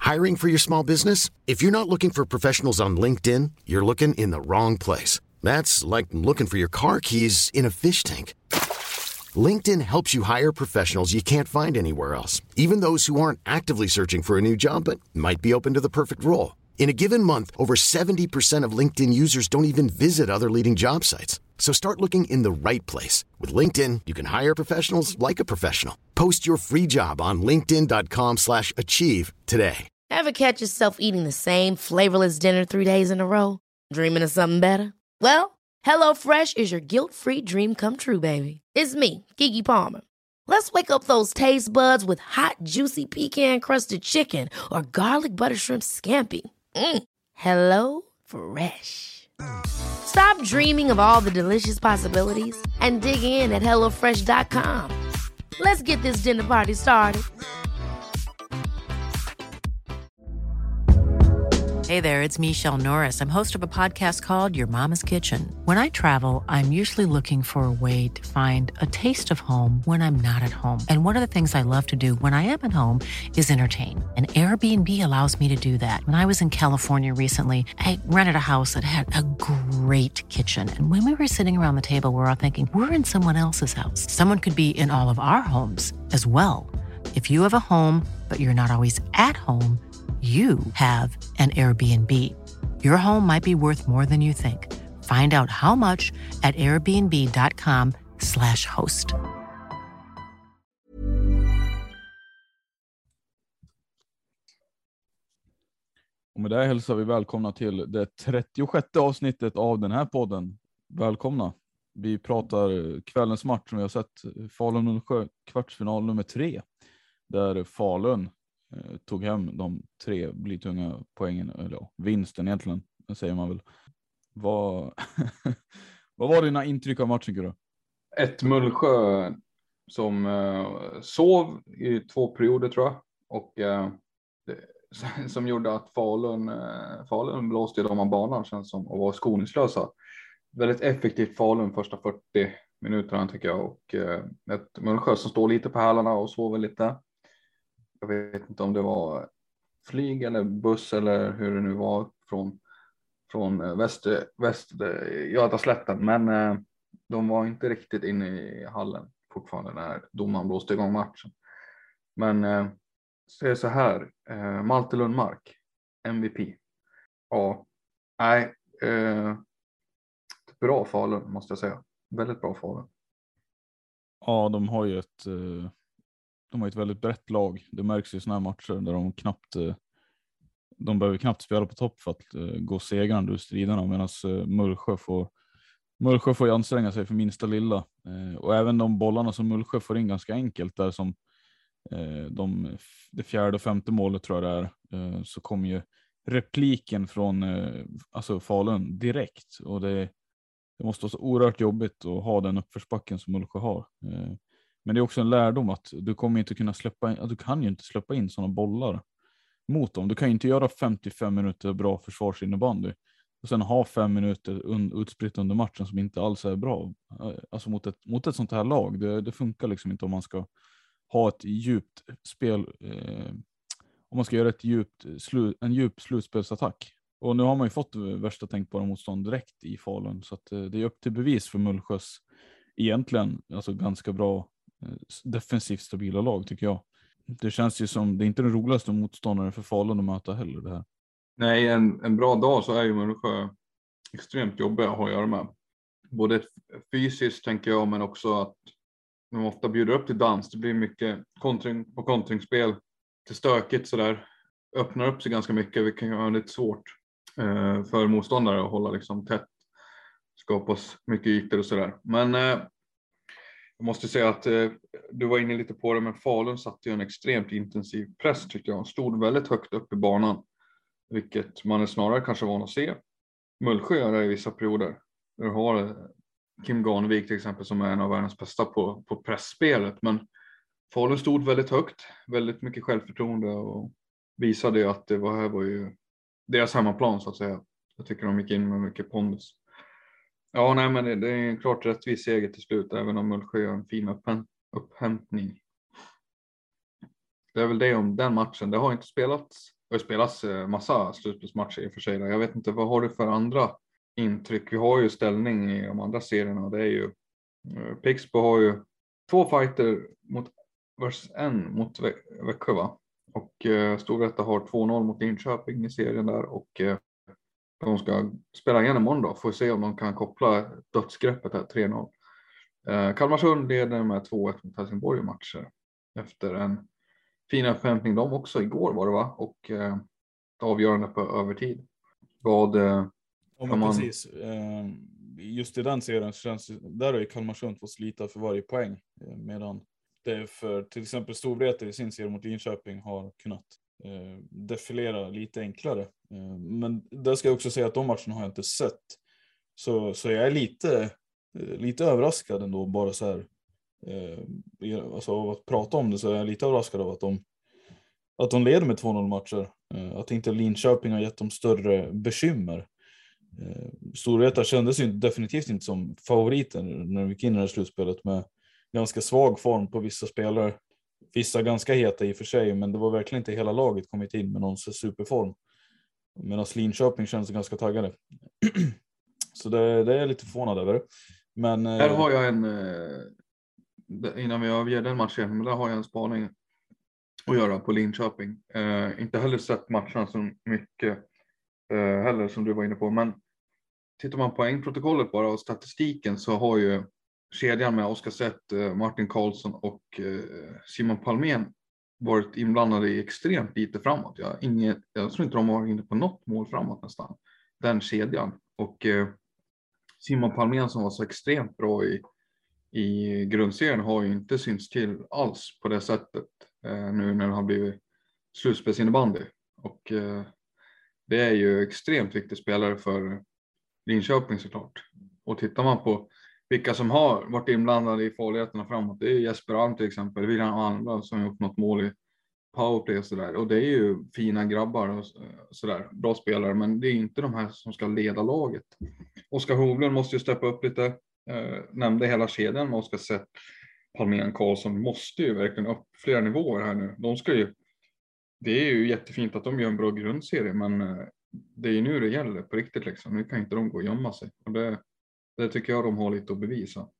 Hiring for your small business? If you're not looking for professionals on LinkedIn, you're looking in the wrong place. That's like looking for your car keys in a fish tank. LinkedIn helps you hire professionals you can't find anywhere else, even those who aren't actively searching for a new job but might be open to the perfect role. In a given month, over 70% of LinkedIn users don't even visit other leading job sites. So start looking in the right place. With LinkedIn, you can hire professionals like a professional. Post your free job on linkedin.com/achieve today. Ever catch yourself eating the same flavorless dinner 3 days in a row? Dreaming of something better? Well, HelloFresh is your guilt-free dream come true, baby. It's me, Keke Palmer. Let's wake up those taste buds with hot, juicy pecan-crusted chicken or garlic butter shrimp scampi. Hello Fresh. Stop dreaming of all the delicious possibilities and dig in at HelloFresh.com. Let's get this dinner party started. Hey there, it's Michelle Norris. I'm host of a podcast called Your Mama's Kitchen. When I travel, I'm usually looking for a way to find a taste of home when I'm not at home. And one of the things I love to do when I am at home is entertain. And Airbnb allows me to do that. When I was in California recently, I rented a house that had a great kitchen. And when we were sitting around the table, we're all thinking, we're in someone else's house. Someone could be in all of our homes as well. If you have a home, but you're not always at home, you have an Airbnb. Your home might be worth more than you think. Find out how much at airbnb.com/host. Och med det hälsar vi välkomna till det 36:e avsnittet av den här podden. Välkomna. Vi pratar kvällens match som vi har sett. Falun-Mullsjö kvartsfinal nummer 3. Där Falun tog hem de 3 blytunga poängen, eller ja, vinsten egentligen, säger man väl. Vad var dina intryck av matchen, Gurra? Ett Mullsjö som sov i 2 perioder tror jag, och som gjorde att Falun blåste dem av banan, känns som, och var skoningslösa. Väldigt effektivt Falun första 40 minuterna tycker jag, och ett Mullsjö som står lite på hälarna och sover lite. Jag vet inte om det var flyg eller buss eller hur det nu var från väst Götaslätten, men de var inte riktigt inne i hallen fortfarande när domaren blåste igång matchen. Men så så här, Malte Lundmark, MVP. Ja, nej, bra Falun måste jag säga. Väldigt bra Falun. Ja, de har ju ett väldigt brett lag. Det märks i såna här matcher där de behöver knappt spela på topp för att gå segrande ur striderna, medan Mullsjö får anstränga sig för minsta lilla. Och även de bollarna som Mullsjö får in ganska enkelt där, som det 4:e och 5:e målet tror jag det är, så kommer ju repliken från Falun direkt, och det måste vara så oerhört jobbigt att ha den uppförsbacken som Mullsjö har. Men det är också en lärdom att du kommer inte kunna du kan ju inte släppa in sådana bollar mot dem. Du kan ju inte göra 55 minuter bra försvarsinnebandy och sen ha 5 minuter utspritt under matchen som inte alls är bra. Alltså mot ett sånt här lag, det funkar liksom inte om man ska ha ett djupt spel, om man ska göra en djup slutspelsattack. Och nu har man ju fått värsta tänkbara motstånd direkt i Falun, så att det är upp till bevis för Mullsjös egentligen alltså ganska bra defensivt stabila lag tycker jag. Det känns ju som det är inte den roligaste motståndaren för Falun att möta heller det här. Nej, en bra dag så är ju Mullsjö extremt jobbiga att ha att göra med. Både fysiskt tänker jag, men också att de ofta bjuder upp till dans. Det blir mycket kontringsspel till stökigt sådär. Öppnar upp sig ganska mycket, vilket kan vara lite svårt för motståndare att hålla liksom tätt. Skapas mycket ytor och sådär. Men jag måste säga att du var inne lite på det, men Falun satte ju en extremt intensiv press tycker jag. Stod väldigt högt upp i banan, vilket man är snarare kanske van att se. Mullsjö gör det i vissa perioder. Du har Kim Garnevik till exempel som är en av världens bästa på pressspelet. Men Falun stod väldigt högt, väldigt mycket självförtroende och visade ju att det var ju deras hemmaplan så att säga. Jag tycker de gick in med mycket pondus. Ja, nej, men det är en klart rättvis seger till slut, även om Mullsjö gör en fin upphämtning. Det är väl det om den matchen. Det har inte spelats har spelats massa slutspelsmatcher i och för sig. Jag vet inte, vad har du för andra intryck? Vi har ju ställning i de andra serierna och det är ju Pixbo har ju 2 fighter versus 1 mot Växjö, va? Och Storvreta har 2-0 mot Linköping i serien där och de ska spela igen imorgon då. Får se om de kan koppla dödsgreppet här 3-0. Kalmarsund leder med 2-1 mot Helsingborg i matcher efter en fin upphämtning de också igår var det, va? Och avgörande på övertid. Precis. Just i den serien känns där har ju Kalmarsund fått slita för varje poäng. Medan det för till exempel Storvreta i sin serie mot Linköping har kunnat defilera lite enklare. Men där ska jag också säga att de matcherna har jag inte sett. Så jag är lite överraskad ändå, bara så här. Alltså av att prata om det så är jag lite överraskad av att de leder med 2-0 matcher. Att inte Linköping har gett dem större bekymmer. Storvreta kändes ju definitivt inte som favoriten när vi gick in i det här slutspelet med ganska svag form på vissa spelare. Vissa ganska heta i och för sig, men det var verkligen inte hela laget kommit in med någon superform. Medan Linköping känns ganska taggade. Så det är jag lite förvånad över. Men här har jag innan vi avger den matchen, men där har jag en spaning att göra på Linköping. Inte heller sett matchen så mycket heller som du var inne på, men tittar man på poängprotokollet bara och statistiken så har ju kedjan med Oskar Sett, Martin Karlsson och Simon Palmén varit inblandade i extremt lite framåt. Jag tror inte de har inne på något mål framåt nästan. Den kedjan. Och Simon Palmén som var så extremt bra i grundserien har ju inte synts till alls på det sättet nu när det har blivit slutspelsinnebandy. Och det är ju extremt viktig spelare för Linköping såklart. Och tittar man på vilka som har varit inblandade i farligheterna framåt, det är Jesper Alm till exempel, William Almblad som har gjort något mål i powerplay och sådär. Och det är ju fina grabbar och sådär, bra spelare, men det är inte de här som ska leda laget. Oskar Hovlund måste ju steppa upp lite, nämnde hela kedjan med Oskar Sett, Palmén, Karlsson måste ju verkligen upp flera nivåer här nu. Det är ju jättefint att de gör en bra grundserie, men det är ju nu det gäller på riktigt liksom. Nu kan inte de gå och gömma sig. Och det tycker jag de har lite att bevisa.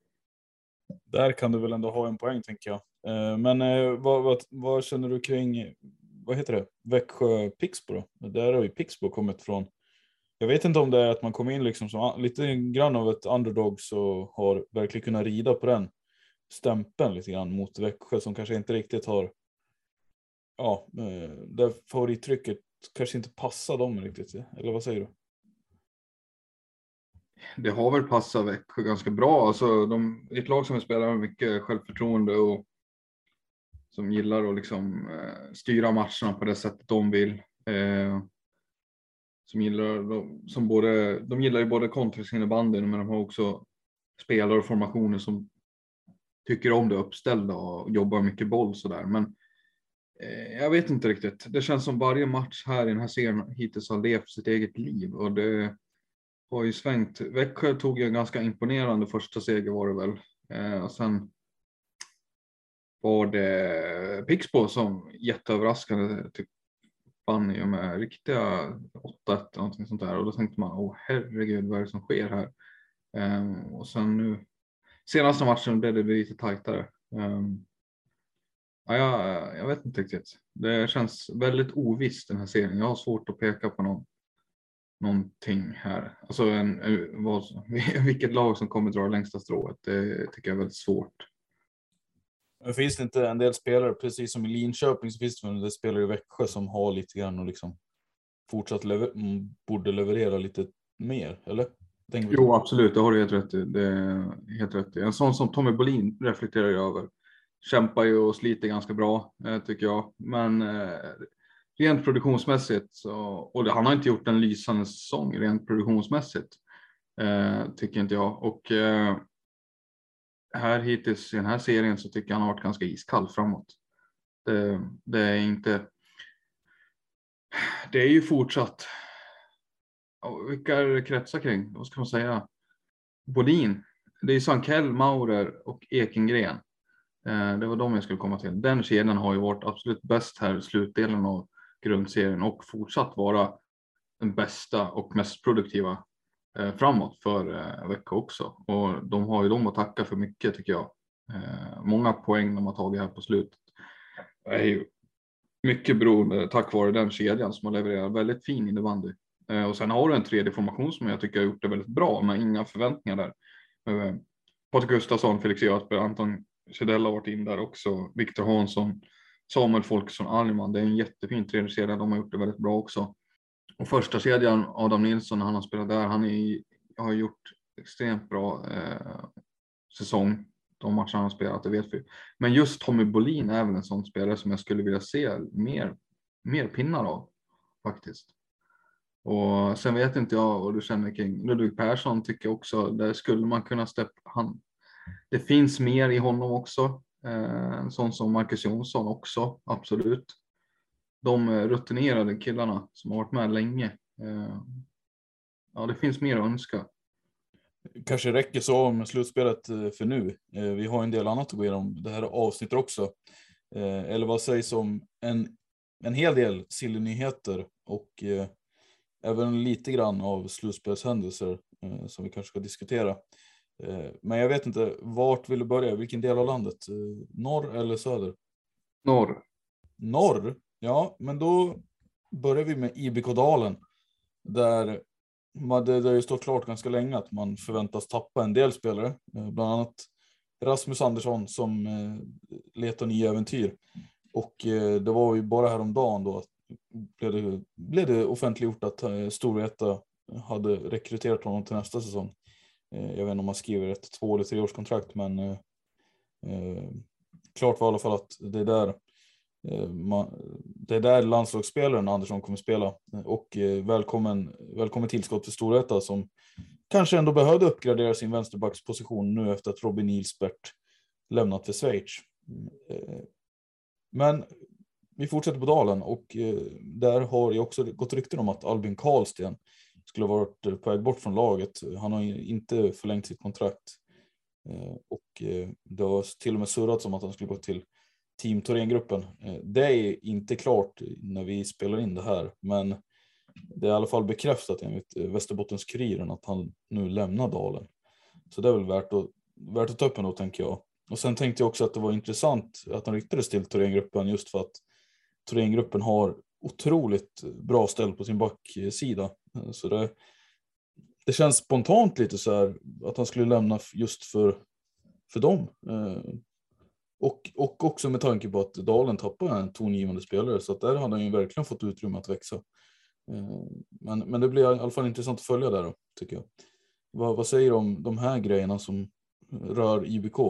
Där kan du väl ändå ha en poäng, tänker jag. Men vad känner du kring, vad heter det? Växjö-Pixbo då? Där har ju Pixbo kommit från. Jag vet inte om det är att man kom in liksom som lite grann av ett underdog så har verkligen kunnat rida på den stämpeln lite grann mot Växjö som kanske inte riktigt har, där favorittrycket kanske inte passar dem riktigt. Eller vad säger du? Det har väl passat Växjö ganska bra. Alltså ett lag som spelar med mycket självförtroende och som gillar att liksom styra matcherna på det sättet de vill. De gillar ju både kontringsinnebandyn, men de har också spelare och formationer som tycker om det uppställda och jobbar mycket boll sådär. Men jag vet inte riktigt. Det känns som varje match här i den här serien hittills har levt sitt eget liv och det har ju svängt. Växjö tog ju en ganska imponerande första seger var det väl. Och sen var det Pixbo som jätteöverraskande vann ju med riktiga 8-1 någonting sånt där. Och då tänkte man, herregud, vad är det som sker här? Och sen nu, senaste matchen blev det lite tajtare. Jag vet inte riktigt. Det känns väldigt ovisst den här serien. Jag har svårt att peka på någonting här. Alltså vilket lag som kommer dra längsta strået, det tycker jag är väldigt svårt. Men finns det inte en del spelare, precis som i Linköping så finns det en del spelare i Växjö som har lite grann och liksom fortsatt borde leverera lite mer, eller? Jo, absolut, det har du helt rätt i. Det är helt rätt i. En sån som Tommy Bolin reflekterar ju över. Kämpar ju och sliter ganska bra, tycker jag. Men rent produktionsmässigt han har inte gjort en lysande säsong rent produktionsmässigt, tycker inte jag. Och här hittills i den här serien så tycker jag han har varit ganska iskall framåt. Det är inte. Det är ju fortsatt. Vilka är det kretsar kring? Vad ska man säga? Bolin. Det är Sankell, Maurer och Ekengren. Det var de jag skulle komma till. Den kedjan har ju varit absolut bäst här i slutdelen av grundserien och fortsatt vara den bästa och mest produktiva framåt för Växjö också. Och de har ju dem att tacka för mycket tycker jag. Många poäng de har tagit här på slutet är ju mycket beroende tack vare den kedjan som har levererat väldigt fin innebandy. Och sen har du en tredje formation som jag tycker har gjort det väldigt bra, med inga förväntningar där. Patrik Gustafsson, Felix Göthberg, Anton Sedell har varit in där också, Viktor Hansson, Samuel Folkesson, Alman. Det är en jättefin tredje kedja, de har gjort det väldigt bra också. Och första kedjan, Adam Nilsson, han har spelat där, har gjort extremt bra säsong. De matcherna han har spelat, det vet vi. Men just Tommy Bolin är väl en sån spelare som jag skulle vilja se mer pinnar av faktiskt. Och sen vet inte jag vad du känner kring Ludvig Persson, tycker jag också. Där skulle man kunna det finns mer i honom också. En sån som Marcus Jonsson också, absolut. De rutinerade killarna som har varit med länge. Ja, det finns mer att önska. Kanske räcker så med slutspelet för nu. Vi har en del annat att gå igenom det här avsnittet också. Eller vad sägs om en hel del silly-nyheter och även lite grann av slutspelshändelser som vi kanske ska diskutera. Men jag vet inte, vart vill du börja? Vilken del av landet? Norr eller söder? Norr? Ja, men då börjar vi med IBK-dalen. Där det ju står klart ganska länge att man förväntas tappa en del spelare. Bland annat Rasmus Andersson som letar nya äventyr. Och det var ju bara häromdagen då att blev det offentliggjort att Storvreta hade rekryterat honom till nästa säsong. Jag vet inte om man skriver ett 2 eller 3 års kontrakt, men klart var i alla fall att det är där landslagsspelaren Andersson kommer spela. Och välkommen tillskott för Storvreta som kanske ändå behövde uppgradera sin vänsterbacksposition nu efter att Robin Nilsbert lämnat för Schweiz. Men vi fortsätter på dalen och där har jag också gått rykten om att Albin Karlsten skulle ha varit på väg bort från laget. Han har inte förlängt sitt kontrakt och det har till och med surrats om att han skulle gå till Team Thorengruppen. Det är inte klart när vi spelar in det här, men det är i alla fall bekräftat enligt Västerbottens-Kuriren att han nu lämnar dalen. Så det är väl värt att ta upp ändå, tänker jag. Och sen tänkte jag också att det var intressant att han ryktades till Thorengruppen just för att Thorengruppen har otroligt bra ställ på sin backsida. Så det känns spontant lite så här att han skulle lämna just för dem. Och också med tanke på att dalen tappar en tongivande spelare, så att där hade han ju verkligen fått utrymme att växa. Men det blir i alla fall intressant att följa där då, tycker jag. Vad säger du om de här grejerna som rör IBK?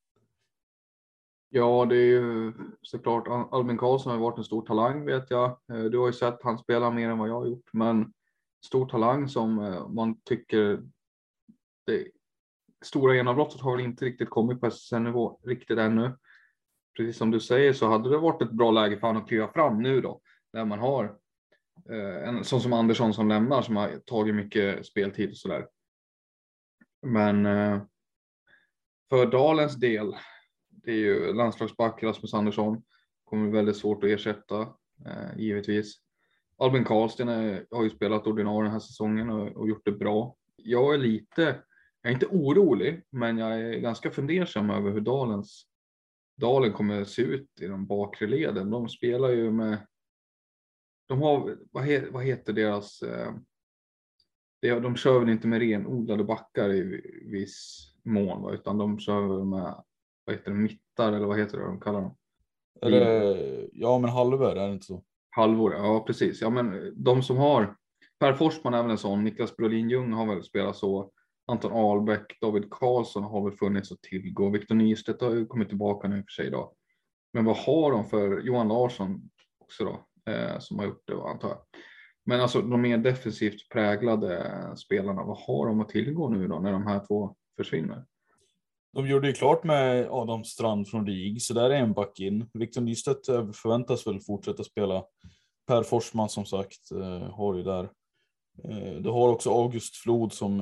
Ja, det är ju såklart, Albin Karlsson har varit en stor talang, vet jag. Du har ju sett han spela mer än vad jag har gjort, men stor talang som man tycker det stora genombrottet har väl inte riktigt kommit på SSN-nivå riktigt ännu. Precis som du säger så hade det varit ett bra läge för honom att kliva fram nu då, där man har en sån som Andersson som lämnar, som har tagit mycket speltid och sådär. Men för dalens del, det är ju landslagsback Rasmus Andersson, kommer väldigt svårt att ersätta givetvis. Albin Karlsten har ju spelat ordinarie den här säsongen och gjort det bra. Jag är inte orolig, men jag är ganska fundersam över hur dalen kommer se ut i de bakre leden. De spelar ju med, de har, vad heter deras, de kör väl inte med renodlade backar i viss mån, utan de kör med, vad heter det, mittar eller vad heter det de kallar dem? Ja, men halvor, är det inte så? Halvor, ja precis. Ja, men de som har, Per Forsman är väl en sån, Niklas Brolin Ljung har väl spelat så, Anton Ahlbäck, David Karlsson har väl funnits att tillgå, Victor Nystedt har ju kommit tillbaka nu för sig då. Men vad har de för, Johan Larsson också då, som har gjort det, antar jag. Men alltså de mer defensivt präglade spelarna, vad har de att tillgå nu då när de här två försvinner? De gjorde ju klart med Adam Strand från RIG, så där är en back in. Victor Nystedt förväntas väl fortsätta spela. Per Forsman som sagt har ju där. Det har också August Flod som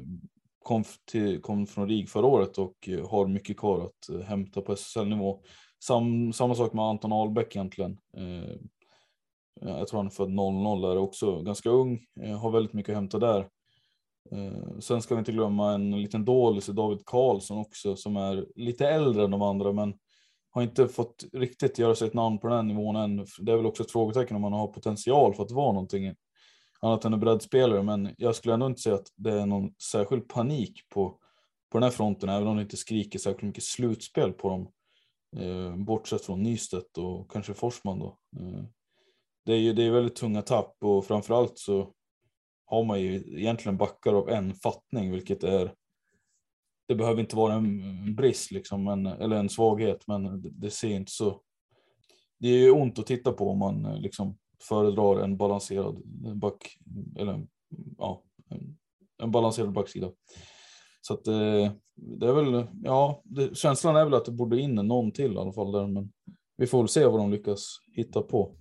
kom från RIG förra året och har mycket kvar att hämta på SSL-nivå. Samma sak med Anton Ahlbäck egentligen. Jag tror han är född 00 där också. Ganska ung, har väldigt mycket att hämta där. Sen ska vi inte glömma en liten dålis i David Karlsson också, som är lite äldre än de andra, men har inte fått riktigt göra sig ett namn på den här nivån än. Det är väl också ett frågetecken om man har potential för att vara någonting annat än en breddspelare, men jag skulle ändå inte säga att det är någon särskild panik på den här fronten, även om det inte skriker särskilt mycket slutspel på dem, bortsett från Nystedt och kanske Forsman då. Det är väldigt tunga tapp, och framförallt så har man ju egentligen backar av en fattning, vilket är, det behöver inte vara en brist liksom, eller en svaghet, men det ser inte så, det är ju ont att titta på om man liksom föredrar en balanserad back, eller ja, en balanserad backsida. Så att det är väl, ja, känslan är väl att det borde in någon till i alla fall där, men vi får väl se vad de lyckas hitta på.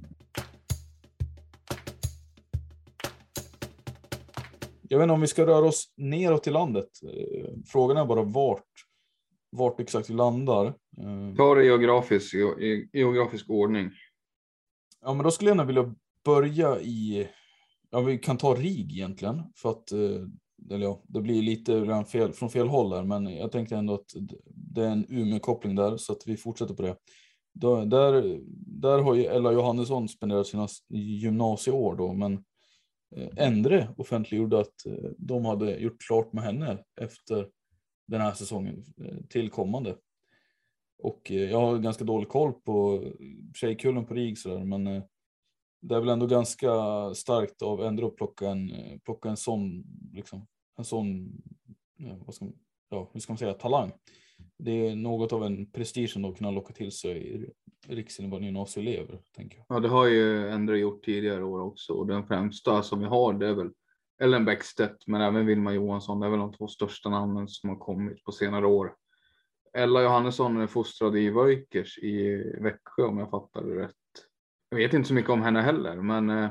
Jag vet inte om vi ska röra oss neråt i landet. Frågan är bara vart exakt vi landar. Ta det i geografisk ordning. Ja, men då skulle jag nog vilja börja i, ja, vi kan ta RIG egentligen, för att eller ja, det blir lite från fel håll där, men jag tänkte ändå att det är en Umeå-koppling där, så att vi fortsätter på det. Där har ju Ella Johannesson spenderat sina gymnasieår då, men Endre offentliggjorde att de hade gjort klart med henne efter den här säsongen tillkommande. Och jag har ganska dålig koll på tjejkullen på RIG sådär, men det är väl ändå ganska starkt av Endre att plocka en sån liksom, en sån, hur ska man säga, talang. Det är något av en prestige att kunna locka till sig riksinnebandy gymnasieelever, tänker jag. Ja, det har ju Endre gjort tidigare år också, och den främsta som vi har, det är väl Ellen Bäckstedt, men även Vilma Johansson. Det är väl de två största namnen som har kommit på senare år. Ella Johannesson är fostrad i Vöjkers i Växjö, om jag fattar det rätt. Jag vet inte så mycket om henne heller, men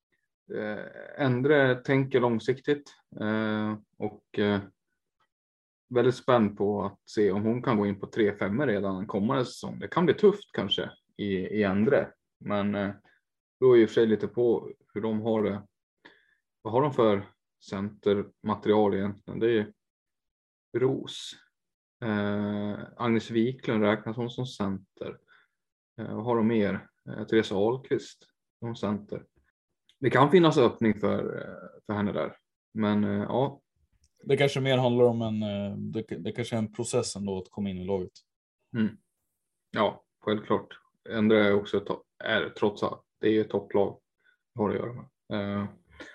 Endre tänker långsiktigt och väldigt spänd på att se om hon kan gå in på 3-5 redan kommande säsong. Det kan bli tufft kanske i Endre, men då är ju för sig lite på hur de har det. Vad har de för centermaterial egentligen? Det är Ros. Agnes Wiklund räknas hon som center. Vad har de mer? Therese Ahlqvist som center. Det kan finnas öppning för henne där. Men ja. Det kanske mer handlar om det kanske är en process ändå att komma in i laget. Mm. Ja, självklart. Endre är också trots allt. Det är ju ett topplag. Har det att göra med.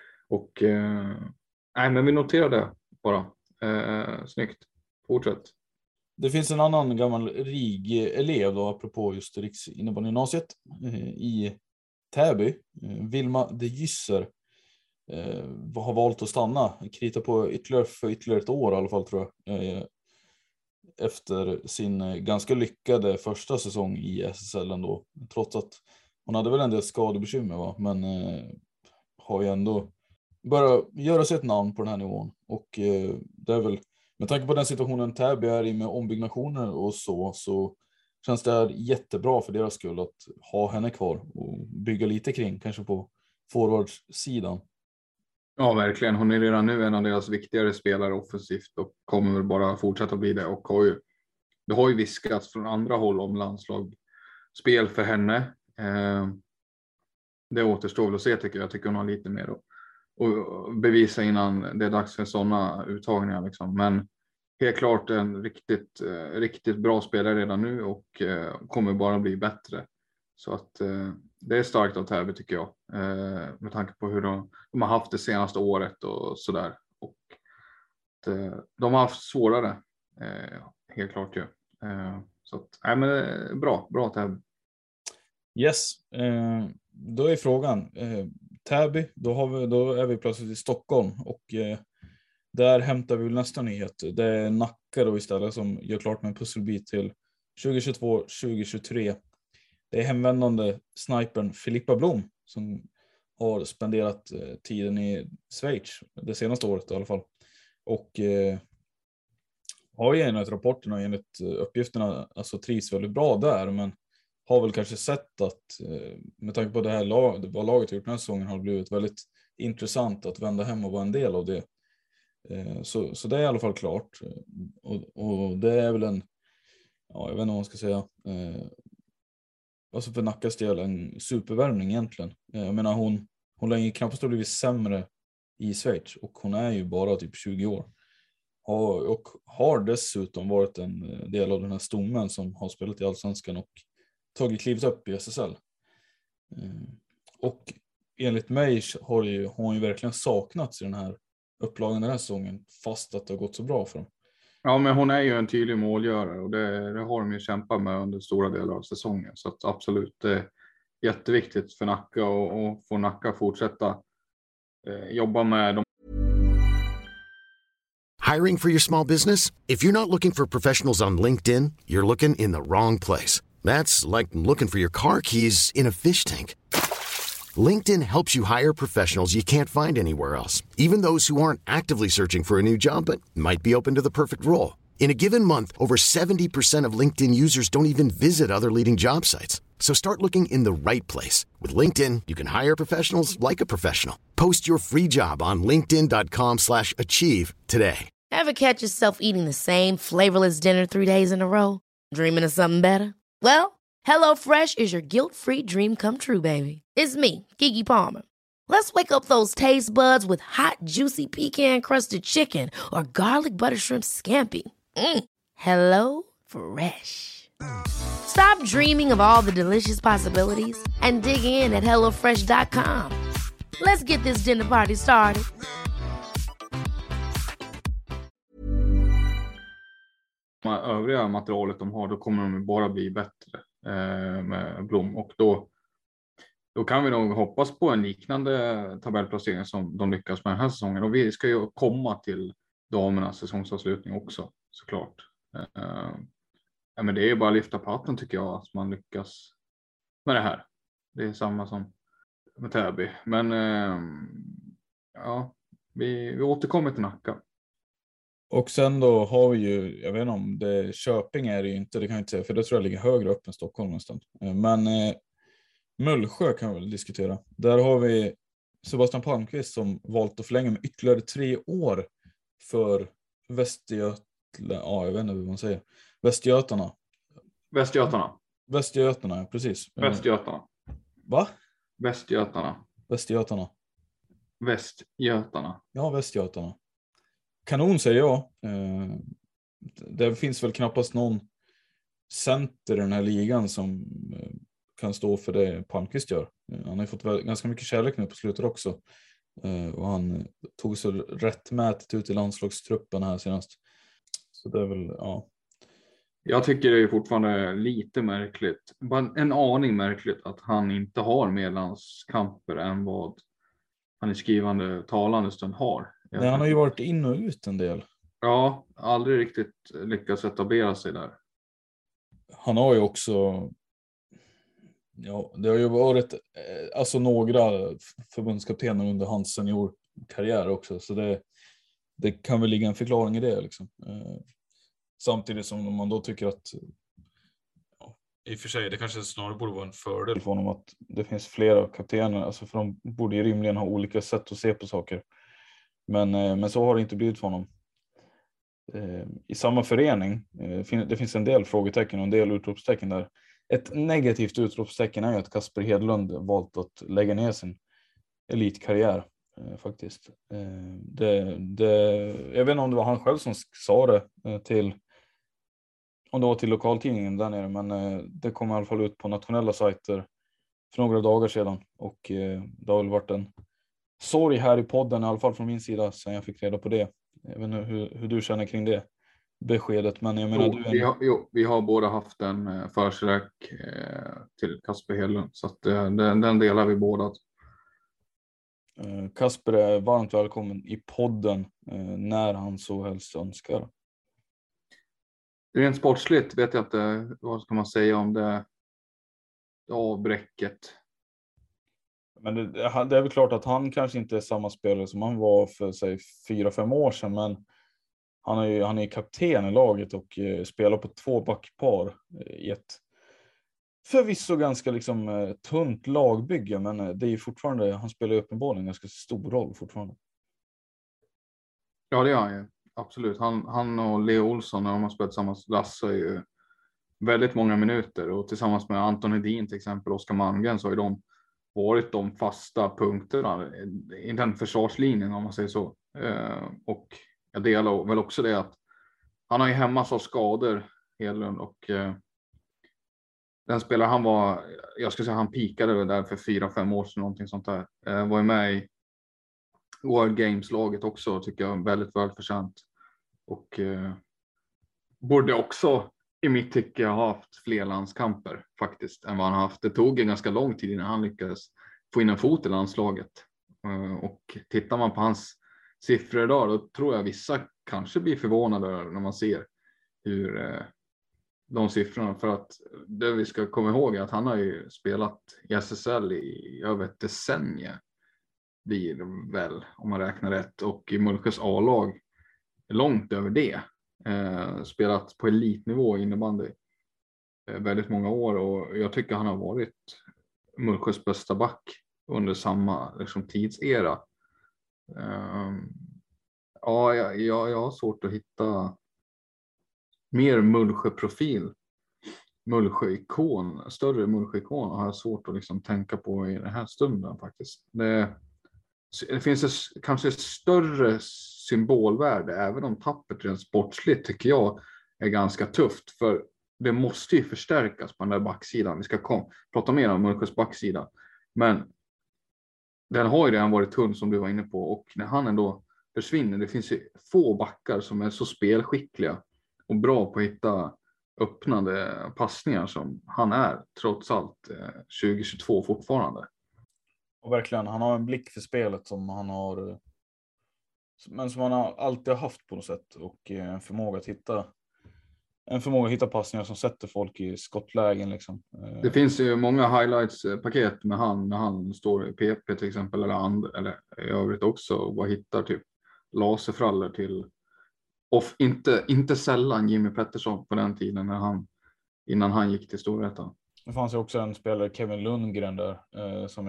Nej, men vi noterar det bara. Snyggt. Fortsätt. Det finns en annan gammal RIG-elev då, apropå just Riksinnebandy-gymnasiet i Täby. Vilma de Gysser har valt att stanna. Krita på ytterligare ett år i alla fall, tror jag. Efter sin ganska lyckade första säsong i SSL ändå. Trots att hon hade väl en del skadebekymmer, va? Men har ju ändå börjat göra sig ett namn på den här nivån. Och det är väl, med tanke på den situationen Täby är i med ombyggnationer och så känns det här jättebra för deras skull att ha henne kvar och bygga lite kring, kanske på forwardsidan. Ja, verkligen. Hon är redan nu en av deras viktigare spelare offensivt och kommer väl bara fortsätta bli det. Och det har ju viskats från andra håll om landslagsspel för henne. Det återstår väl att se, tycker jag. Jag tycker hon har lite mer att bevisa innan det är dags för sådana uttagningar. Liksom. Men helt klart en riktigt bra spelare redan nu och kommer bara bli bättre. Så att det är starkt av Täby, tycker jag. Med tanke på hur de har haft det senaste året och sådär. Och de har haft svårare, helt klart ju. Så att, nej, men bra Täby. Yes, då är frågan. Täby, då är vi plötsligt i Stockholm och där hämtar vi nästa nyhet. Det är Nacka då istället som gör klart med en pusselbit till 2022-2023. Det är hemvändande snipern Filippa Blom som har spenderat tiden i Schweiz det senaste året i alla fall. Och har ju enligt rapporterna och enligt uppgifterna alltså trivs väldigt bra där, men har väl kanske sett att med tanke på det här vad laget har gjort den här säsongen har det blivit väldigt intressant att vända hem och vara en del av det. Så det är i alla fall klart. Och det är väl jag vet inte vad man ska säga. Alltså för Nackas del en supervärvning egentligen. Jag menar hon lär ju knappast ha blivit sämre i Schweiz och hon är ju bara typ 20 år. Och har dessutom varit en del av den här stommen som har spelat i Allsvenskan och tagit klivet upp i SSL. Och enligt mig har hon ju verkligen saknats i den här upplagan den här säsongen, fast att det har gått så bra för dem. Ja, men hon är ju en tydlig målgörare och det har de ju kämpat med under stora delar av säsongen. Så att absolut, det är jätteviktigt för Nacka och få Nacka fortsätta jobba med dem. Hiring for your small business? If you're not looking for professionals on LinkedIn, you're looking in the wrong place. That's like looking for your car keys in a fish tank. LinkedIn helps you hire professionals you can't find anywhere else, even those who aren't actively searching for a new job but might be open to the perfect role. In a given month, over 70% of LinkedIn users don't even visit other leading job sites. So start looking in the right place. With LinkedIn, you can hire professionals like a professional. Post your free job on linkedin.com/achieve today. Ever catch yourself eating the same flavorless dinner 3 days in a row? Dreaming of something better? Well, HelloFresh is your guilt-free dream come true, baby. It's me, Keke Palmer. Let's wake up those taste buds with hot, juicy pecan-crusted chicken or garlic butter shrimp scampi. Hello Fresh. Stop dreaming of all the delicious possibilities and dig in at HelloFresh.com. Let's get this dinner party started. Övriga materialet de har, då kommer de bara bli bättre med Blom. Och då kan vi nog hoppas på en liknande tabellplacering som de lyckas med den här säsongen. Och vi ska ju komma till damernas säsongsavslutning också, såklart. Men det är ju bara att lyfta på hatten tycker jag, att man lyckas med det här. Det är samma som med Täby. Men ja, vi återkommer till Nacka. Och sen då har vi ju, jag vet inte om det Köping är det ju inte, det kan jag inte säga, för det tror jag ligger högre upp än Stockholm nästan. Men Mullsjö kan vi väl diskutera. Där har vi Sebastian Palmqvist som valt att förlänga med ytterligare 3 år för Västergötland. Ja, jag vet inte hur man säger. Västergötarna, ja, precis. Västgötarna. Va? Västgötarna. Ja, Västgötarna. Kanon säger jag. Det finns väl knappast någon center i den här ligan som kan stå för det Palmqvist gör. Han har ju fått ganska mycket kärlek nu på slutet också. Och han tog så rättmätigt ut i landslagstruppen här senast. Så det är väl, ja. Jag tycker det är fortfarande lite märkligt. Bara en aning märkligt att han inte har mer landskamper än vad han i skrivande talande stund har. Nej, han har ju varit in och ut en del. Ja, aldrig riktigt lyckats etablera sig där. Han har ju också, ja, det har ju varit alltså några förbundskaptener under hans seniorkarriär också, så det kan väl ligga en förklaring i det liksom. Samtidigt som man då tycker att, ja, i och för sig det kanske snarare borde vara en fördel för honom att det finns flera kaptener, alltså för de borde ju rimligen ha olika sätt att se på saker. Men så har det inte blivit för honom. I samma förening det finns en del frågetecken och en del utropstecken där. Ett negativt utropstecken är ju att Kasper Hedlund valt att lägga ner sin elitkarriär faktiskt. Jag vet inte om det var han själv som sa det om det var till lokaltidningen där nere, men det kom i alla fall ut på nationella sajter för några dagar sedan, och det har väl varit en sorg här i podden, i alla fall från min sida, sen jag fick reda på det. Jag vet inte hur du känner kring det beskedet, men jag menar vi har båda haft en förkärlek till Kasper Hedlund, så att den delar vi båda. Kasper är varmt välkommen i podden när han så helst önskar. Rent sportsligt vet jag inte vad ska man säga om det avbräcket. Men det är väl klart att han kanske inte är samma spelare som han var för sig 4-5 år sedan, men han är kapten i laget och spelar på 2 backpar i ett förvisso ganska liksom tunt lagbygge, men det är ju fortfarande, han spelar ju uppenbarligen en ganska stor roll fortfarande. Ja, det är han ju. Absolut. Han och Leo Olsson, när de har spelat tillsammans, Lasse är ju väldigt många minuter, och tillsammans med Anton Hedin till exempel, Oskar Malmgren, så har ju de varit de fasta punkterna i den försvarslinjen, om man säger så. Och jag delar väl också det att han har ju hämmas av skador, Hedlund, och den spelare han var, jag ska säga han pikade väl där för 4-5 år sedan, någonting sånt där. Var ju med i World Games-laget också, tycker jag, väldigt välförtjänt. Och borde också i mitt tycke ha haft fler landskamper faktiskt än vad han har haft. Det tog en ganska lång tid innan han lyckades få in en fot i landslaget. Och tittar man på hans siffror idag, då tror jag vissa kanske blir förvånade när man ser hur de siffrorna, för att det vi ska komma ihåg är att han har ju spelat i SSL i över ett decennium, blir väl, om man räknar rätt, och i Mullsjös A-lag långt över det. Spelat på elitnivå i innebandy väldigt många år, och jag tycker han har varit Mullsjös bästa back under samma liksom, tidsera. Ja, jag har svårt att hitta mer Mullsjö-profil, Mullsjö-ikon, större Mullsjö-ikon har jag svårt att liksom tänka på i den här stunden faktiskt. Det finns kanske större symbolvärde, även om tappet rent sportsligt tycker jag är ganska tufft, för det måste ju förstärkas på den där backsidan. Vi ska prata mer om Mullsjös backsida, men den har ju redan varit tunn som du var inne på, och när han ändå försvinner, det finns ju få backar som är så spelskickliga och bra på att hitta öppnande passningar som han är, trots allt 2022 fortfarande. Och verkligen, han har en blick för spelet som han har, men som han har alltid haft på något sätt, och en förmåga att hitta passningar som sätter folk i skottlägen liksom. Det finns ju många highlights-paket med han när han står i PP till exempel, eller i övrigt också, och bara hittar typ laserfraller till, och inte sällan Jimmy Pettersson på den tiden innan han gick till Storvreta. Det fanns ju också en spelare, Kevin Lundgren där, som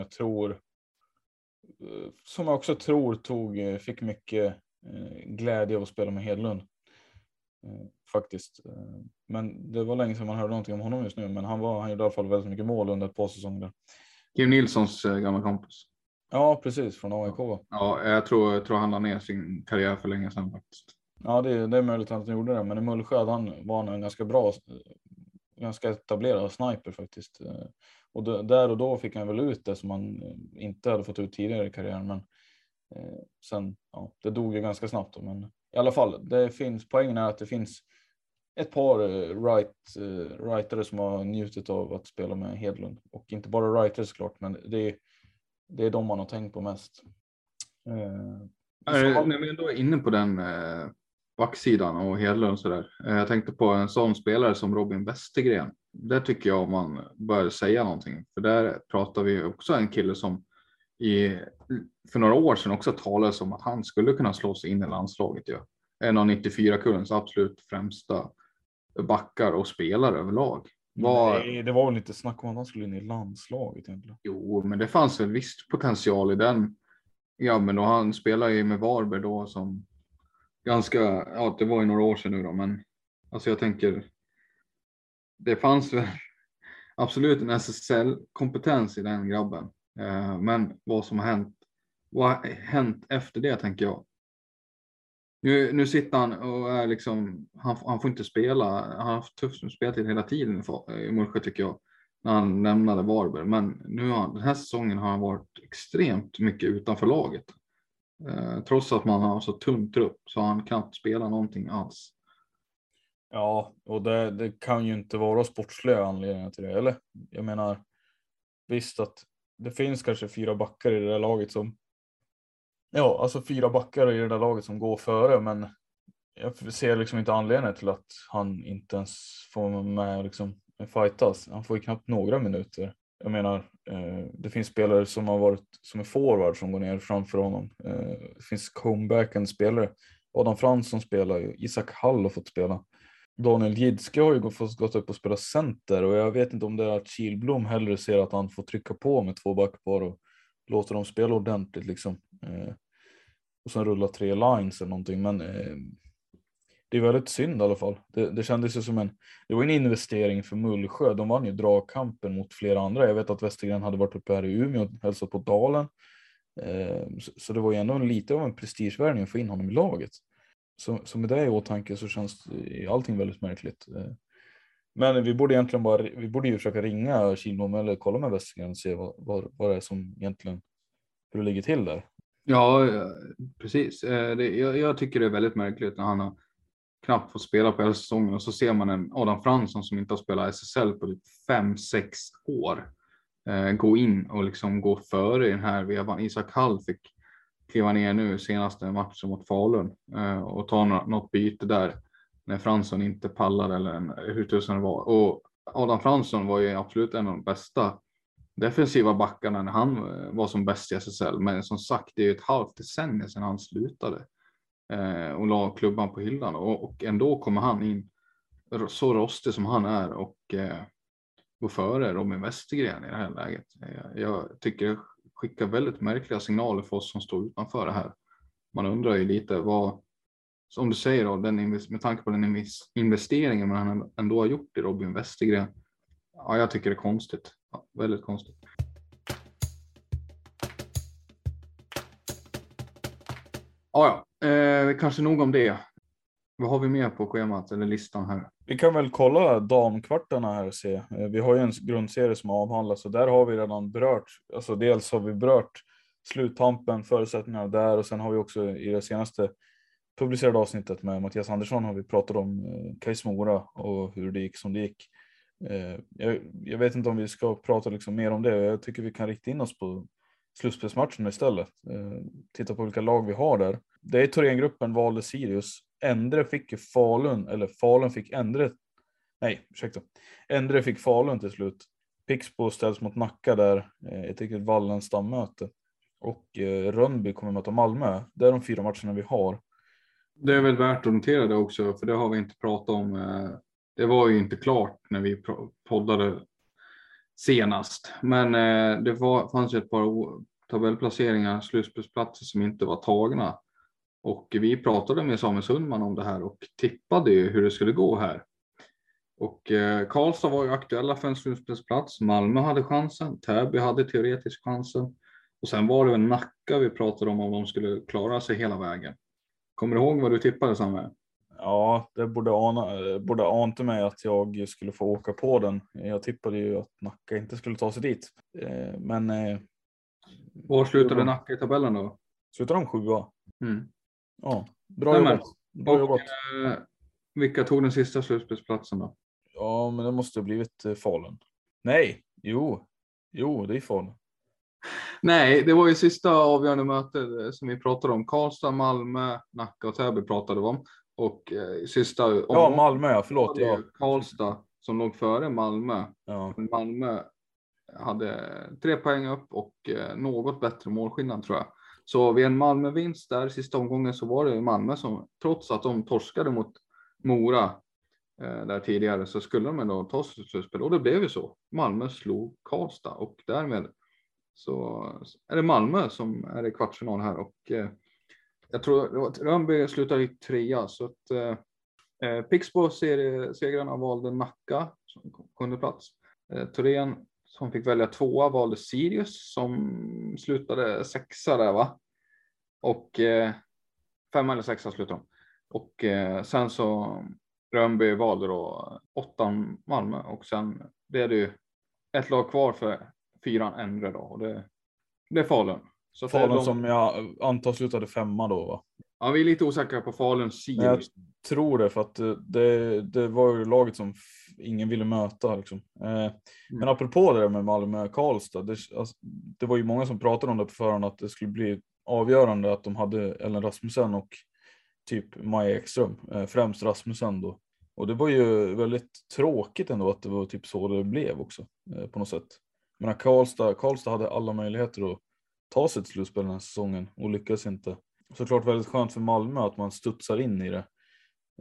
jag också tror fick mycket glädje av att spela med Hedlund. Faktiskt. Men det var länge sedan man hörde någonting om honom just nu, men han gjorde i alla fall väldigt mycket mål under ett par säsonger. Kim Nilssons gamla kompis. Ja, precis, från AIK. Ja, jag tror han la ner sin karriär för länge sedan faktiskt. Ja, det är möjligt att han gjorde det, men i Mullsjö var han en ganska bra, ganska etablerad sniper faktiskt. Och där och då fick han väl ut det som han inte hade fått ut tidigare i karriären, men sen, ja, det dog ju ganska snabbt då, men i alla fall, poängen är att det finns ett par writare som har njutit av att spela med Hedlund, och inte bara writers såklart, men det är de man har tänkt på mest. När vi ändå är inne på den backsidan och Hedlund så där. Jag tänkte på en sån spelare som Robin Westergren. Där tycker jag man bör säga någonting. För där pratar vi också en kille som för några år sedan också talades om att han skulle kunna slå sig in i landslaget. Ja. En av 94-kullens absolut främsta backar och spelare överlag. Nej, det var väl lite snack om att han skulle in i landslaget egentligen. Jo, men det fanns en viss potential i den. Ja, men då han spelade ju med Varberg då som det var ju några år sedan nu då, men alltså jag tänker det fanns väl absolut en SSL-kompetens i den grabben. Men vad har hänt efter det, tänker jag. Nu sitter han och är liksom, han får inte spela, han har haft tufft speltid hela tiden i Mullsjö tycker jag, när han lämnade Varberg. Men den här säsongen har han varit extremt mycket utanför laget. Trots att man har så tunn trupp så har han knappt spela någonting alls. Ja, och det kan ju inte vara sportsliga anledningar till det, eller? Jag menar, visst att det finns kanske 4 backar i det där laget som, ja, alltså 4 backar i det där laget som går före, men jag ser liksom inte anledningen till att han inte ens får med liksom fightas. Han får ju knappt några minuter. Jag menar, det finns spelare som är forward som går ner framför honom. Det finns comebackande spelare. Adam Fransson spelar ju, Isak Hall har fått spela. Daniel Jidske har ju fått gått upp och spela center och jag vet inte om det är att Kihlblom hellre ser att han får trycka på med 2 backpar och låter dem spela ordentligt liksom. Och sen rulla 3 lines eller någonting, men det är väldigt synd i alla fall. Det kändes ju som det var en investering för Mullsjö. De vann ju dragkampen mot flera andra. Jag vet att Westergren hade varit uppe här i Umeå och hälsat på Dalen. Så det var ju ändå lite av en prestigevärvning att få in honom i laget. Så med det i åtanke så känns allting väldigt märkligt. Men vi borde ju försöka ringa Kihlblom eller kolla med Westergren och se vad det är som egentligen, hur det ligger till där. Ja, precis. Jag tycker det är väldigt märkligt när han har knappt fått spela på hela säsongen och så ser man en Adam Fransson som inte har spelat SSL på 5-6 år gå in och liksom gå före i den här vevan. Isak Hall fick kliva ner nu senaste matchen mot Falun och ta något byte där när Fransson inte pallade eller hur tusen det var. Och Adam Fransson var ju absolut en av de bästa defensiva backarna när han var som bäst i SSL. Men som sagt, det är ju ett halvt decennium sedan han slutade och la klubban på hyllan. Och ändå kommer han in så rostig som han är och gå före Robin Westergren i det här läget. Jag tycker det skickar väldigt märkliga signaler för oss som står utanför det här. Man undrar ju lite vad, som du säger då, med tanke på den investeringen man ändå har gjort i Robin Westergren. Ja, jag tycker det är konstigt. Ja, väldigt konstigt. Ja, kanske nog om det. Vad har vi mer på schemat eller listan här? Vi kan väl kolla damkvartarna här och se. Vi har ju en grundserie som avhandlas så där har vi redan berört. Alltså dels har vi berört sluttampen, förutsättningarna där och sen har vi också i det senaste publicerade avsnittet med Mattias Andersson har vi pratat om Kais Mora och hur det gick som det gick. Jag vet inte om vi ska prata liksom mer om det. Jag tycker vi kan rikta in oss på slutspelsmatchen istället. Titta på vilka lag vi har där. Det är Thorengruppen valde Sirius. Endre fick Falun, eller Falun fick Endre. Nej, ursäkta. Endre fick Falun till slut. Pixbo ställs mot Nacka där. Ett riktigt Wallenstam-möte. Och Rönnby kommer möta Malmö. Det är de 4 matcherna vi har. Det är väl värt att notera det också, för det har vi inte pratat om. Det var ju inte klart när vi poddade senast. Men det fanns ju ett par tabellplaceringar, slutspelsplatser som inte var tagna. Och vi pratade med Samuel Sundman om det här och tippade ju hur det skulle gå här. Och Karlstad var ju aktuella för en slutspelsplats. Malmö hade chansen. Täby hade teoretisk chansen. Och sen var det väl Nacka vi pratade om de skulle klara sig hela vägen. Kommer du ihåg vad du tippade, Samuel? Ja, det borde ante mig att jag skulle få åka på den. Jag tippade ju att Nacka inte skulle ta sig dit. Men... Var slutade Nacka i tabellen då? Slutade de 7? Mm. Ja, bra jobbat. Bra jobbat. Vilka tog den sista slutspelsplatsen då? Ja, men det måste ha blivit Falun. Nej, jo, det är Falun. Nej, det var ju sista avgörande mötet som vi pratade om. Karlstad, Malmö, Nacka och Täby pratade vi om. Och sista... Ja, Malmö, ja, förlåt. Ja. Karlstad som låg före Malmö. Ja. Malmö hade 3 poäng upp och något bättre målskillnad tror jag. Så vid en Malmö-vinst där sista omgången så var det Malmö som, trots att de torskade mot Mora där tidigare, så skulle de ändå ta sig till slutspel. Och det blev ju så. Malmö slog Karlstad och därmed så är det Malmö som är i kvartsfinal här. Och jag tror att Rönnby slutar i 3, så att Pixbo segrarna valde Nacka som 7:e plats. Thorén som fick välja 2 valde Sirius som slutade 6 där va? Och 5 eller 6 slutade de. Och sen så Rönnby valde då 8 Malmö och sen blev det ju ett lag kvar för 4 Endre då och det är Falun. Så Falun som jag antar slutade 5 då va? Ja, vi är lite osäkra på Faluns Sirius. Jag tror det för att det var ju laget som ingen ville möta liksom. Men apropå det där med Malmö Karlstad, det var ju många som pratade om det på förhand att det skulle bli avgörande att de hade Ellen Rasmussen och typ Maja Ekström, främst Rasmussen då. Och det var ju väldigt tråkigt ändå att det var typ så det blev också på något sätt. Men Karlstad hade alla möjligheter att ta sig till slutspel den här säsongen och lyckades inte. Såklart väldigt skönt för Malmö att man studsar in i det.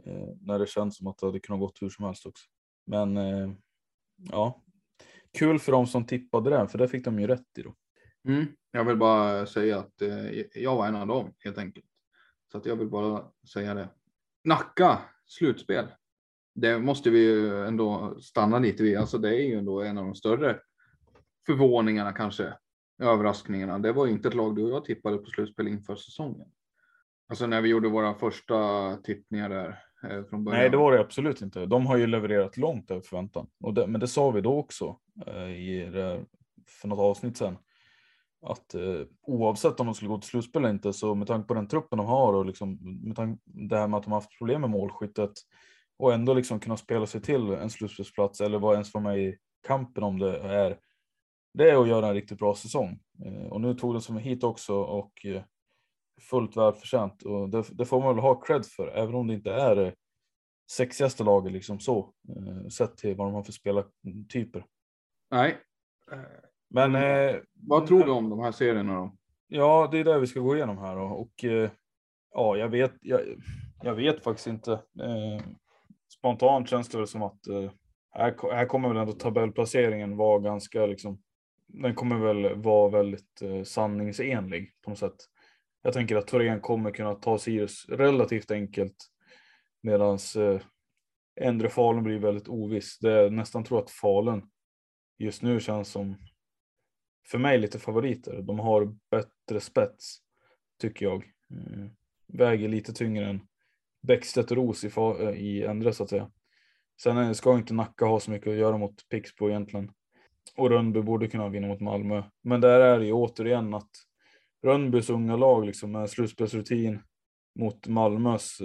När det känns som att det hade kunnat gått hur som helst också. Men ja, kul för de som tippade det, för det fick de ju rätt i då. Jag vill bara säga att jag var en av dem helt enkelt. Så att jag vill bara säga det. Nacka, slutspel. Det måste vi ju ändå stanna lite vid. Alltså det är ju ändå en av de större förvåningarna kanske. Överraskningarna. Det var ju inte ett lag du och jag tippade på slutspel inför säsongen. Alltså när vi gjorde våra första tippningar där från början. Nej, det var det absolut inte. De har ju levererat långt över förväntan. Men det sa vi då också för något avsnitt sen. Att oavsett om de skulle gå till slutspel eller inte, så med tanke på den truppen de har och liksom, med tanke det här med att de har haft problem med målskyttet och ändå liksom kunna spela sig till en slutspelsplats eller vara ens vara med i kampen om det är att göra en riktigt bra säsong. Och nu tog de som hit också och fullt välförtjänt, och det får man väl ha cred för, även om det inte är det sexigaste laget liksom så, sett till vad de har för spelartyper. Nej. Men vad tror du om de här serierna då? Ja, det är det vi ska gå igenom här då. Och ja, jag vet faktiskt inte. Spontant känns det väl som att här kommer väl ändå tabellplaceringen vara ganska liksom, den kommer väl vara väldigt sanningsenlig på något sätt. Jag tänker att Thorén kommer kunna ta Sirius relativt enkelt, medan Endre Falun blir väldigt oviss. Det är nästan tror att Falun just nu känns som, för mig, lite favoriter. De har bättre spets, tycker jag. Väger lite tyngre än Bäckstedt och Ros i Endre, så att säga. Sen ska inte Nacka ha så mycket att göra mot Pixbo egentligen. Och Rönnby borde kunna vinna mot Malmö. Men där är det ju återigen att Rönnbys unga lag liksom med slutspelsrutin mot Malmös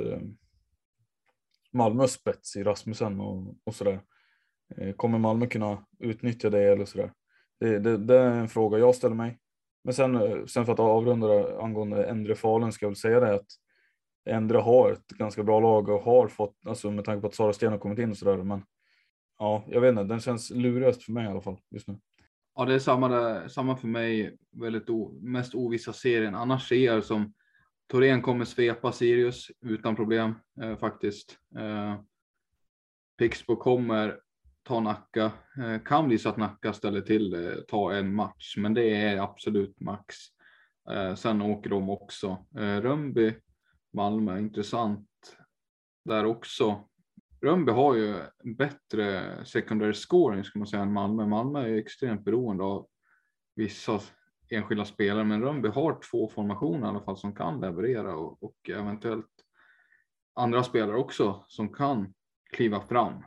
spets i Rasmussen och sådär. Kommer Malmö kunna utnyttja det eller sådär? Det är en fråga jag ställer mig. Men sen för att avrunda angående Endre Falun ska jag väl säga det att Endre har ett ganska bra lag och har fått, alltså med tanke på att Sara Sten har kommit in och sådär, men ja, jag vet inte, den känns lurigast för mig i alla fall just nu. Ja, det är samma för mig, väldigt mest ovissa serien. Annars ser jag som Thorén kommer svepa Sirius utan problem faktiskt. Pixbo kommer ta Nacka. Kan bli så att Nacka ställer till ta en match, men det är absolut max. Sen åker de också. Rönnby, Malmö, intressant där också. Rönnby har ju bättre secondary scoring ska man säga än Malmö. Malmö är ju extremt beroende av vissa enskilda spelare, men Rönnby har 2 formationer i alla fall som kan leverera och eventuellt andra spelare också som kan kliva fram.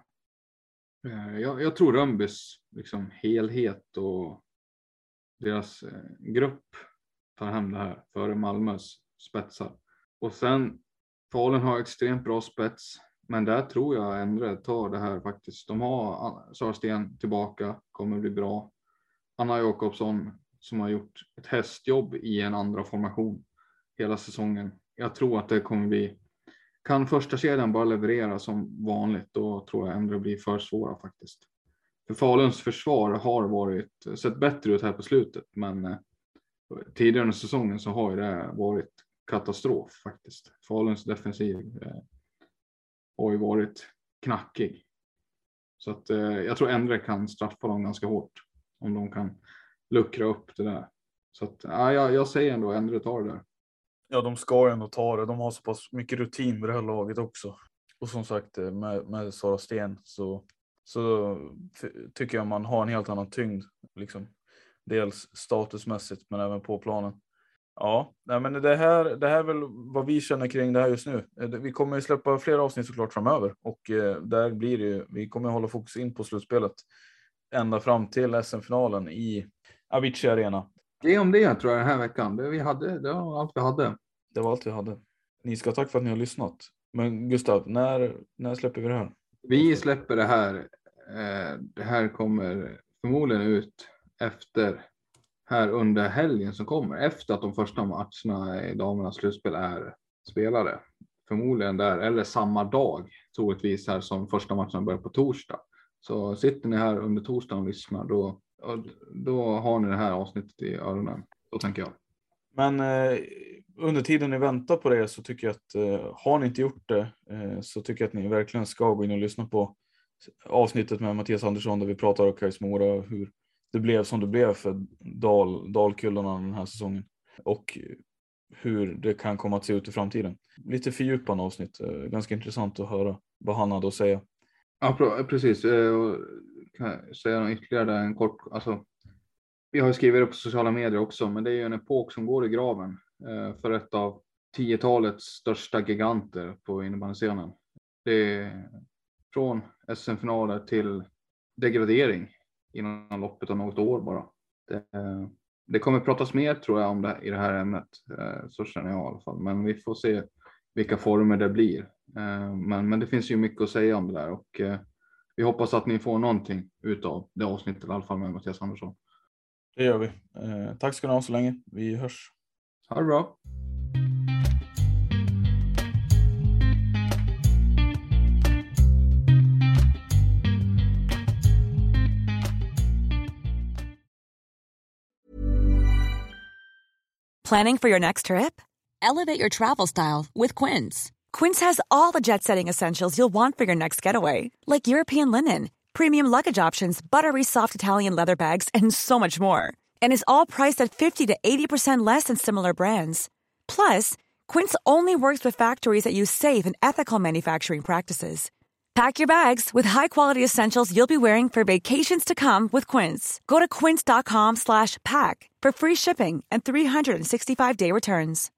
Jag tror Rönnbys liksom helhet och deras grupp tar hem det här före Malmös spetsar. Och sen Falun har extremt bra spets, men där tror jag Endre tar det här faktiskt. De har Sara Sten tillbaka, kommer bli bra. Anna Jakobsson som har gjort ett hästjobb i en andra formation hela säsongen. Jag tror att det kommer bli, kan första kedjan bara leverera som vanligt, då tror jag Endre blir för svåra faktiskt. För Faluns försvar har sett bättre ut här på slutet, men tidigare under säsongen så har ju det varit katastrof faktiskt. Faluns defensiv har ju varit knackig. Så att jag tror Endre kan straffa dem ganska hårt om de kan luckra upp det där. Så att jag säger ändå Endre tar det där. Ja, de ska ju ändå ta det. De har så pass mycket rutin med det här laget också. Och som sagt, med Sara Sten så tycker jag man har en helt annan tyngd. Liksom. Dels statusmässigt men även på planen. Ja, nej, men det här är väl vad vi känner kring det här just nu. Vi kommer ju släppa flera avsnitt såklart framöver. Och där blir det ju, vi kommer hålla fokus in på slutspelet. Ända fram till SM-finalen i Avicii Arena. Det är om det tror jag den här veckan. Det var allt vi hade. Det var allt vi hade. Ni ska tack för att ni har lyssnat. Men Gustav, när släpper vi det här? Vi släpper det här. Det här kommer förmodligen ut efter här under helgen som kommer. Efter att de första matcherna i damernas slutspel är spelade. Förmodligen där, eller samma dag. Troligtvis här som första matchen börjar på torsdag. Så sitter ni här under torsdagen och lyssnar, då har ni det här avsnittet i öronen. Då tänker jag. Men under tiden ni väntar på det så tycker jag att har ni inte gjort det så tycker jag att ni verkligen ska gå in och lyssna på avsnittet med Mattias Andersson där vi pratar om Kais Mora, hur det blev som det blev för Dalkullorna den här säsongen och hur det kan komma att se ut i framtiden. Lite fördjupande avsnitt, ganska intressant att höra vad han hade att säga. Ja, precis. Kan jag säga ytterligare en kort, alltså, vi har ju skrivit det på sociala medier också, men det är ju en epok som går i graven för ett av 10-talets största giganter på innebandyscenen. Det är från SM-finaler till degradering inom loppet av något år bara. Det kommer pratas mer tror jag om det i det här ämnet, så känner jag i alla fall. Men vi får se vilka former det blir. Men det finns ju mycket att säga om det där och vi hoppas att ni får någonting utav det avsnittet i alla fall med Mattias Andersson. Det gör vi. Tack ska ni ha så länge. Vi hörs. Ha det bra. Planning for your next trip? Elevate your travel style with Quince. Quince has all the jet-setting essentials you'll want for your next getaway, like European linen, premium luggage options, buttery soft Italian leather bags, and so much more. And is all priced at 50 to 80% less than similar brands. Plus, Quince only works with factories that use safe and ethical manufacturing practices. Pack your bags with high-quality essentials you'll be wearing for vacations to come with Quince. Go to quince.com/pack for free shipping and 365-day returns.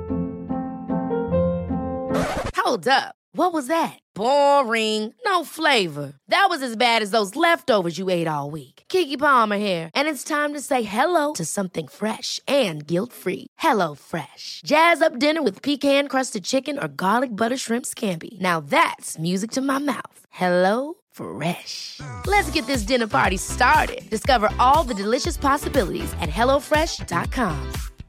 Hold up. What was that? Boring. No flavor. That was as bad as those leftovers you ate all week. Keke Palmer here, and it's time to say hello to something fresh and guilt-free. Hello Fresh. Jazz up dinner with pecan-crusted chicken or garlic butter shrimp scampi. Now that's music to my mouth. Hello Fresh. Let's get this dinner party started. Discover all the delicious possibilities at hellofresh.com.